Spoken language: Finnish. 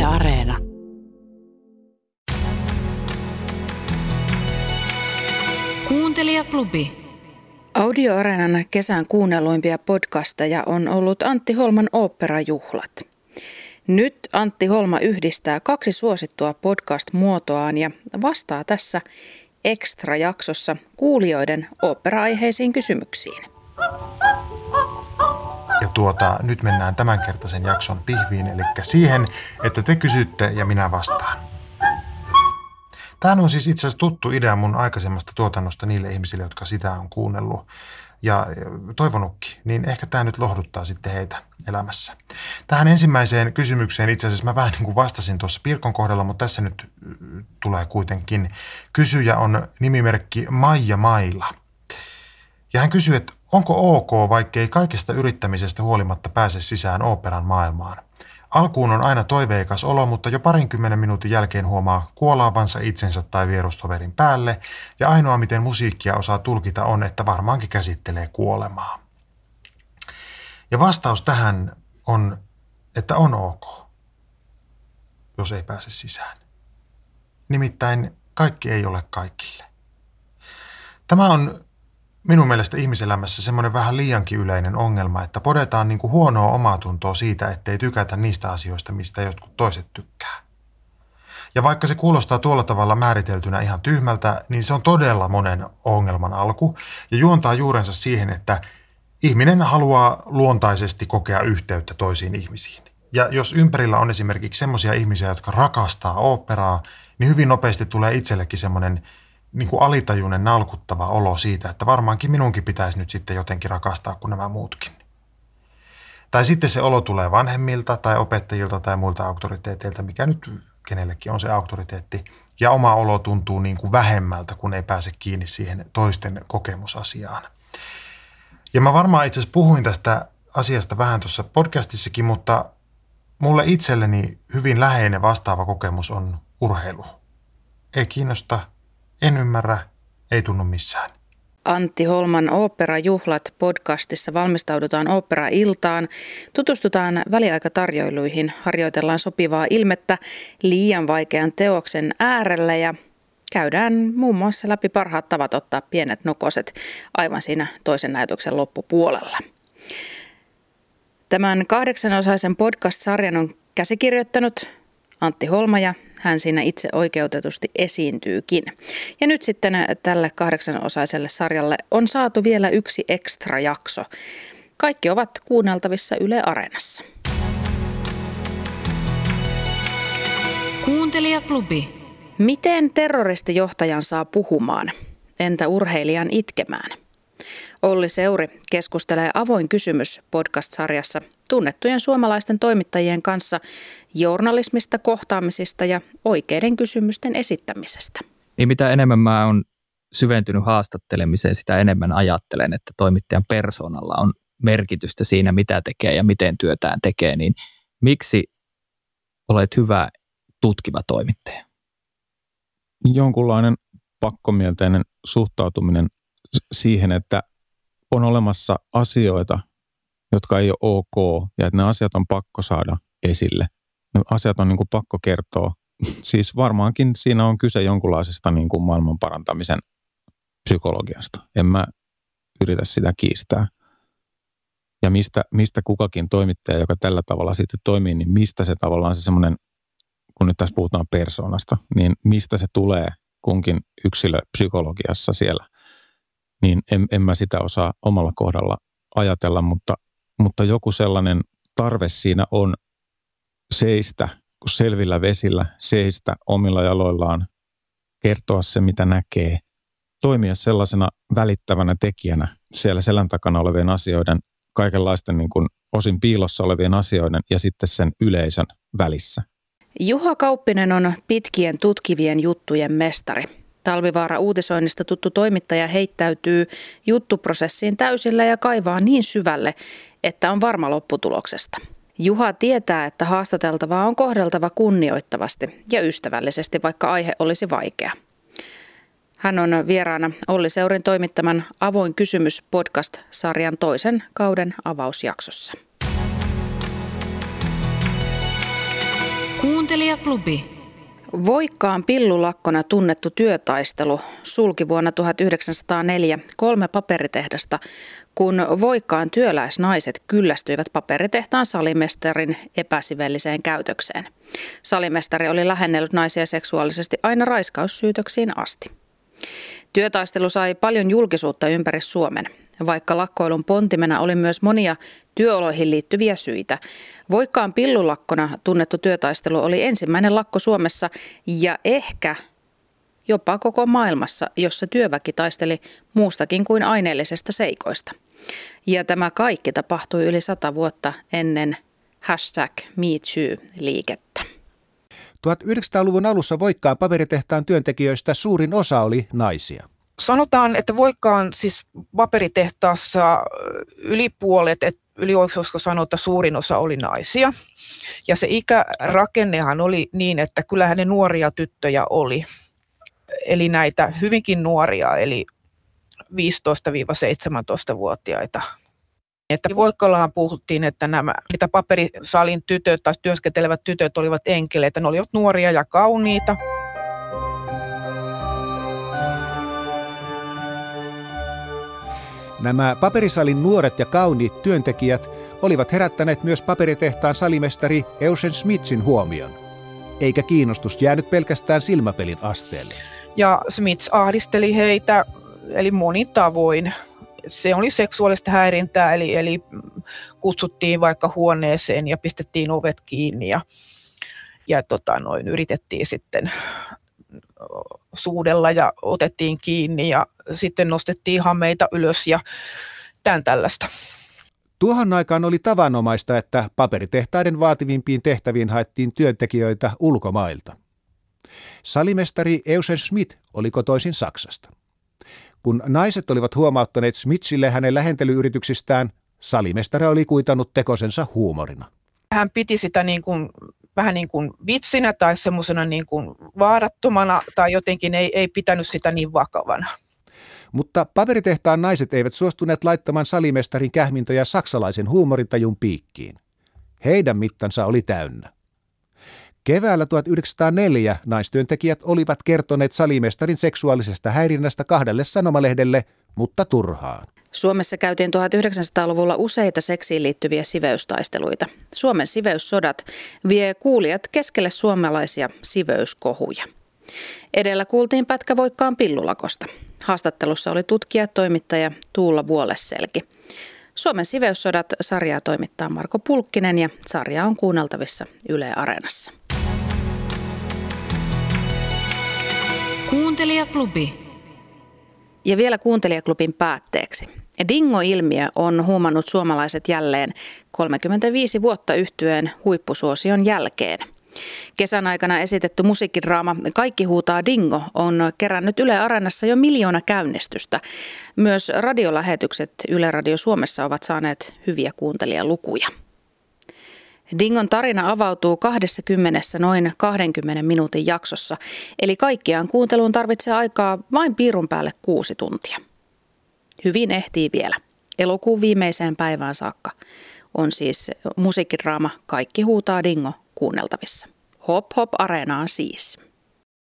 Areena. Kuuntelijaklubi. Audioareenan kesän kuunnelluimpia podcasteja on ollut Antti Holman oopperajuhlat. Nyt Antti Holma yhdistää kaksi suosittua podcast-muotoaan ja vastaa tässä Extra-jaksossa kuulijoiden ooppera-aiheisiin kysymyksiin. Ja nyt mennään tämänkertaisen jakson pihviin, eli siihen, että te kysytte ja minä vastaan. Tämähän on siis itse asiassa tuttu idea mun aikaisemmasta tuotannosta niille ihmisille, jotka sitä on kuunnellut ja toivonutkin, niin ehkä tämä nyt lohduttaa sitten heitä elämässä. Tähän ensimmäiseen kysymykseen itse asiassa mä vähän niin kuin vastasin tuossa Pirkon kohdalla, mutta tässä nyt tulee kuitenkin. Kysyjä on nimimerkki Maija Maila. Ja hän kysyy, että onko ok, vaikkei kaikesta yrittämisestä huolimatta pääse sisään oopperan maailmaan? Alkuun on aina toiveikas olo, mutta jo 20 minuutin jälkeen huomaa kuolaavansa itsensä tai vierustoverin päälle, ja ainoa miten musiikkia osaa tulkita on, että varmaankin käsittelee kuolemaa. Ja vastaus tähän on, että on ok, jos ei pääse sisään. Nimittäin kaikki ei ole kaikille. Tämä on minun mielestä ihmiselämässä semmoinen vähän liiankin yleinen ongelma, että podetaan niin kuin huonoa omaatuntoa siitä, ettei tykätä niistä asioista, mistä jotkut toiset tykkää. Ja vaikka se kuulostaa tuolla tavalla määriteltynä ihan tyhmältä, niin se on todella monen ongelman alku ja juontaa juurensa siihen, että ihminen haluaa luontaisesti kokea yhteyttä toisiin ihmisiin. Ja jos ympärillä on esimerkiksi semmoisia ihmisiä, jotka rakastaa oopperaa, niin hyvin nopeasti tulee itsellekin semmoinen niin kuin alitajuinen nalkuttava olo siitä, että varmaankin minunkin pitäisi nyt sitten jotenkin rakastaa kuin nämä muutkin. Tai sitten se olo tulee vanhemmilta tai opettajilta tai muilta auktoriteeteilta, mikä nyt kenellekin on se auktoriteetti. Ja oma olo tuntuu niin kuin vähemmältä, kun ei pääse kiinni siihen toisten kokemusasiaan. Ja mä varmaan itse asiassa puhuin tästä asiasta vähän tuossa podcastissakin, mutta mulle itselleni hyvin läheinen vastaava kokemus on urheilu. Ei kiinnosta. En ymmärrä, ei tunnu missään. Antti Holman oopperajuhlat podcastissa valmistaudutaan oopperailtaan, tutustutaan väliaikatarjoiluihin, harjoitellaan sopivaa ilmettä liian vaikean teoksen äärellä ja käydään muun muassa läpi parhaat tavat ottaa pienet nokoset aivan siinä toisen näytöksen loppupuolella. Tämän 8-osaisen podcast-sarjan on käsikirjoittanut Antti Holma ja hän siinä itse oikeutetusti esiintyykin. Ja nyt sitten tälle 8-osaiselle sarjalle on saatu vielä yksi ekstra jakso. Kaikki ovat kuunneltavissa Yle Areenassa. Kuuntelijaklubi. Miten terroristijohtajan saa puhumaan? Entä urheilijan itkemään? Olli Seuri keskustelee Avoin kysymys -podcast-sarjassa tunnettujen suomalaisten toimittajien kanssa journalismista, kohtaamisista ja oikeiden kysymysten esittämisestä. Niin mitä enemmän mä oon syventynyt haastattelemiseen, sitä enemmän ajattelen, että toimittajan persoonalla on merkitystä siinä, mitä tekee ja miten työtään tekee. Niin miksi olet hyvä tutkiva toimittaja? Jonkunlainen pakkomielteinen suhtautuminen siihen, että on olemassa asioita, jotka ei ole ok, ja että ne asiat on pakko saada esille. Ne asiat on niin kuin pakko kertoa. Siis varmaankin siinä on kyse jonkunlaisesta niin kuin maailman parantamisen psykologiasta. En mä yritä sitä kiistää. Ja mistä kukakin toimittaja, joka tällä tavalla sitten toimii, niin mistä se tavallaan se semmoinen, kun nyt tässä puhutaan persoonasta, niin mistä se tulee kunkin yksilö psykologiassa siellä. Niin en mä sitä osaa omalla kohdalla ajatella, mutta joku sellainen tarve siinä on seistä selvillä vesillä, seistä omilla jaloillaan, kertoa se mitä näkee, toimia sellaisena välittävänä tekijänä siellä selän takana olevien asioiden, kaikenlaisten niin kuin osin piilossa olevien asioiden ja sitten sen yleisön välissä. Juha Kauppinen on pitkien tutkivien juttujen mestari. Talvivaara uutisoinnista tuttu toimittaja heittäytyy juttuprosessiin täysillä ja kaivaa niin syvälle, että on varma lopputuloksesta. Juha tietää, että haastateltavaa on kohdeltava kunnioittavasti ja ystävällisesti, vaikka aihe olisi vaikea. Hän on vieraana Olli Seurin toimittaman Avoin kysymys -podcast-sarjan toisen kauden avausjaksossa. Kuuntelijaklubi. Voikkaan pillulakkona tunnettu työtaistelu sulki vuonna 1904 3 paperitehdasta, kun Voikkaan työläisnaiset kyllästyivät paperitehtaan salimestarin epäsivelliseen käytökseen. Salimestari oli lähennellyt naisia seksuaalisesti aina raiskaussyytöksiin asti. Työtaistelu sai paljon julkisuutta ympäri Suomen. Vaikka lakkoilun pontimena oli myös monia työoloihin liittyviä syitä. Voikkaan pillulakkona tunnettu työtaistelu oli ensimmäinen lakko Suomessa ja ehkä jopa koko maailmassa, jossa työväki taisteli muustakin kuin aineellisesta seikoista. Ja tämä kaikki tapahtui yli 100 vuotta ennen #MeToo-liikettä. 1900-luvun alussa Voikkaan paperitehtaan työntekijöistä suurin osa oli naisia. Sanotaan, että Voikkaan siis paperitehtaassa yli puolet, voisiko sanoa, että suurin osa oli naisia. Ja se ikärakennehan oli niin, että kyllähän ne nuoria tyttöjä oli. Eli näitä hyvinkin nuoria, eli 15-17-vuotiaita. Että Voikkaallahan puhuttiin, että niitä paperisalin tytöt tai työskentelevät tytöt olivat enkeleitä. Ne olivat nuoria ja kauniita. Nämä paperisalin nuoret ja kauniit työntekijät olivat herättäneet myös paperitehtaan salimestari Eugen Smithsin huomion. Eikä kiinnostus jäänyt pelkästään silmäpelin asteelle. Ja Smith ahdisteli heitä, eli monin tavoin. Se oli seksuaalista häirintää, eli kutsuttiin vaikka huoneeseen ja pistettiin ovet kiinni ja yritettiin sitten suudella ja otettiin kiinni ja sitten nostettiin hameita ylös ja tämän tällaista. Tuohon aikaan oli tavanomaista, että paperitehtaiden vaativimpiin tehtäviin haettiin työntekijöitä ulkomailta. Salimestari Eugen Smith oli kotoisin Saksasta. Kun naiset olivat huomauttaneet Smithsille hänen lähentelyyrityksistään, salimestari oli kuitannut tekosensa huumorina. Hän piti sitä vähän niin kuin vitsinä tai semmoisena niin kuin vaarattomana tai jotenkin ei pitänyt sitä niin vakavana. Mutta paperitehtaan naiset eivät suostuneet laittamaan salimestarin kähmintöjä saksalaisen huumorintajun piikkiin. Heidän mittansa oli täynnä. Keväällä 1904 naistyöntekijät olivat kertoneet salimestarin seksuaalisesta häirinnästä 2 sanomalehdelle, mutta turhaan. Suomessa käytiin 1900-luvulla useita seksiin liittyviä siveystaisteluita. Suomen siveyssodat vie kuulijat keskelle suomalaisia siveyskohuja. Edellä kuultiin pätkä Voikkaan pillulakosta. Haastattelussa oli tutkija toimittaja Tuula Vuolesselki. Suomen siveyssodat-sarjaa toimittaa Marko Pulkkinen ja sarja on kuunneltavissa Yle Areenassa. Kuuntelijaklubi. Ja vielä Kuuntelijaklubin päätteeksi. Dingo-ilmiö on huumannut suomalaiset jälleen 35 vuotta yhtyeen huippusuosion jälkeen. Kesän aikana esitetty musiikkidraama Kaikki huutaa Dingo on kerännyt Yle Areenassa jo 1 miljoona käynnistystä. Myös radiolähetykset Yle Radio Suomessa ovat saaneet hyviä kuuntelijalukuja. Dingon tarina avautuu 20 noin 20 minuutin jaksossa, eli kaikkiaan kuunteluun tarvitsee aikaa vain piirun päälle 6 tuntia. Hyvin ehtii vielä. Elokuun viimeiseen päivään saakka on siis musiikkidraama Kaikki huutaa Dingo kuunneltavissa. Hop hop Areenaan siis.